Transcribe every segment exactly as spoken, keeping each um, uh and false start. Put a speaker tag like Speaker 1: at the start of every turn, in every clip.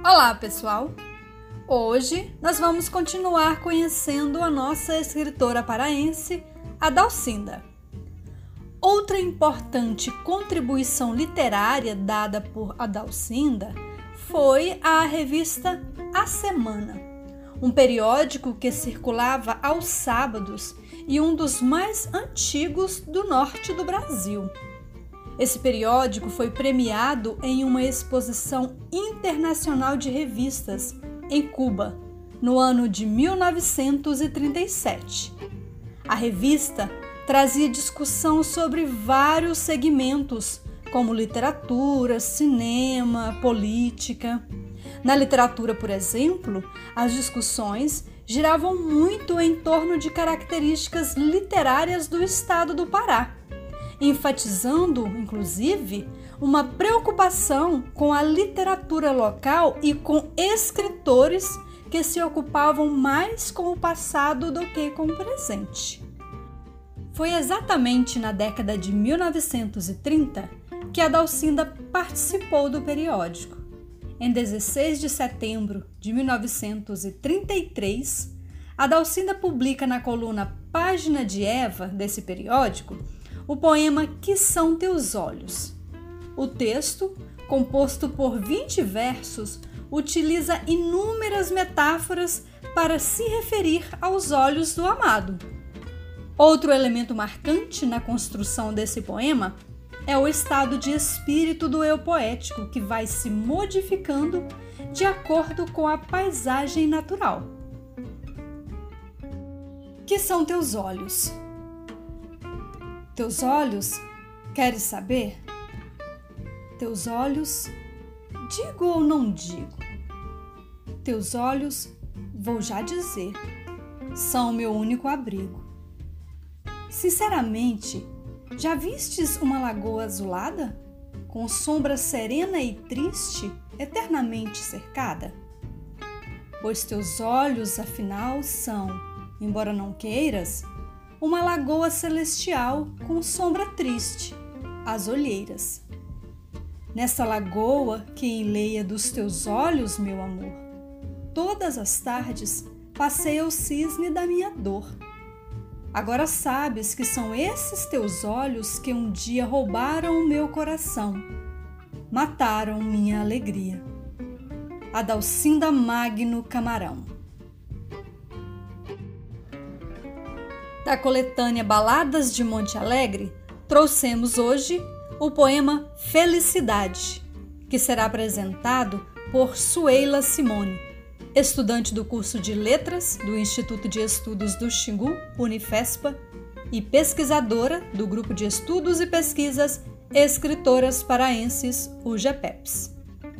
Speaker 1: Olá, pessoal! Hoje nós vamos continuar conhecendo a nossa escritora paraense, Adalcinda. Outra importante contribuição literária dada por Adalcinda foi a revista A Semana, um periódico que circulava aos sábados e um dos mais antigos do norte do Brasil. Esse periódico foi premiado em uma exposição internacional de revistas em Cuba, no ano de mil novecentos e trinta e sete. A revista trazia discussão sobre vários segmentos, como literatura, cinema, política. Na literatura, por exemplo, as discussões giravam muito em torno de características literárias do estado do Pará, enfatizando, inclusive, uma preocupação com a literatura local e com escritores que se ocupavam mais com o passado do que com o presente. Foi exatamente na década de mil novecentos e trinta que Adalcinda participou do periódico. Em dezesseis de setembro de mil novecentos e trinta e três, Adalcinda publica na coluna Página de Eva desse periódico o poema Que São Teus Olhos. O texto, composto por vinte versos, utiliza inúmeras metáforas para se referir aos olhos do amado. Outro elemento marcante na construção desse poema é o estado de espírito do eu poético, que vai se modificando de acordo com a paisagem natural. Que são teus olhos? Teus olhos, queres saber? Teus olhos, digo ou não digo? Teus olhos, vou já dizer, são meu único abrigo. Sinceramente, já vistes uma lagoa azulada, com sombra serena e triste, eternamente cercada? Pois teus olhos, afinal, são, embora não queiras, uma lagoa celestial com sombra triste, as olheiras. Nessa lagoa que enleia dos teus olhos, meu amor, todas as tardes passeia o cisne da minha dor. Agora sabes que são esses teus olhos que um dia roubaram o meu coração, mataram minha alegria. Adalcinda Magno Camarão. Da coletânea Baladas de Monte Alegre, trouxemos hoje o poema Felicidade, que será apresentado por Sueila Simone, estudante do curso de Letras do Instituto de Estudos do Xingu, Unifespa, e pesquisadora do Grupo de Estudos e Pesquisas Escritoras Paraenses, U G P E P S.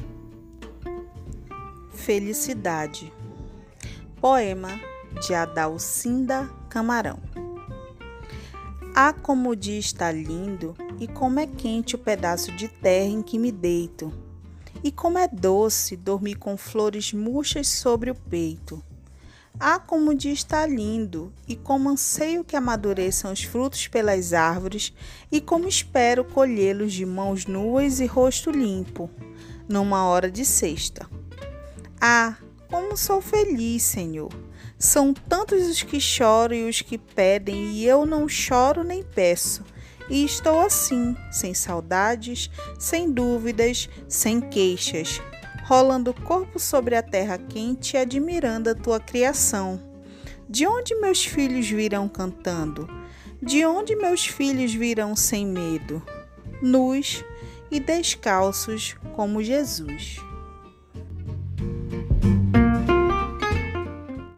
Speaker 2: Felicidade. Poema de Adalcinda Camarão. Ah, como o dia está lindo, e como é quente o pedaço de terra em que me deito, e como é doce dormir com flores murchas sobre o peito. Ah, como o dia está lindo, e como anseio que amadureçam os frutos pelas árvores, e como espero colhê-los de mãos nuas e rosto limpo, numa hora de sexta. Ah, como sou feliz, Senhor! São tantos os que choram e os que pedem, e eu não choro nem peço. E estou assim, sem saudades, sem dúvidas, sem queixas, rolando o corpo sobre a terra quente e admirando a tua criação. De onde meus filhos virão cantando? De onde meus filhos virão sem medo? Nus e descalços como Jesus.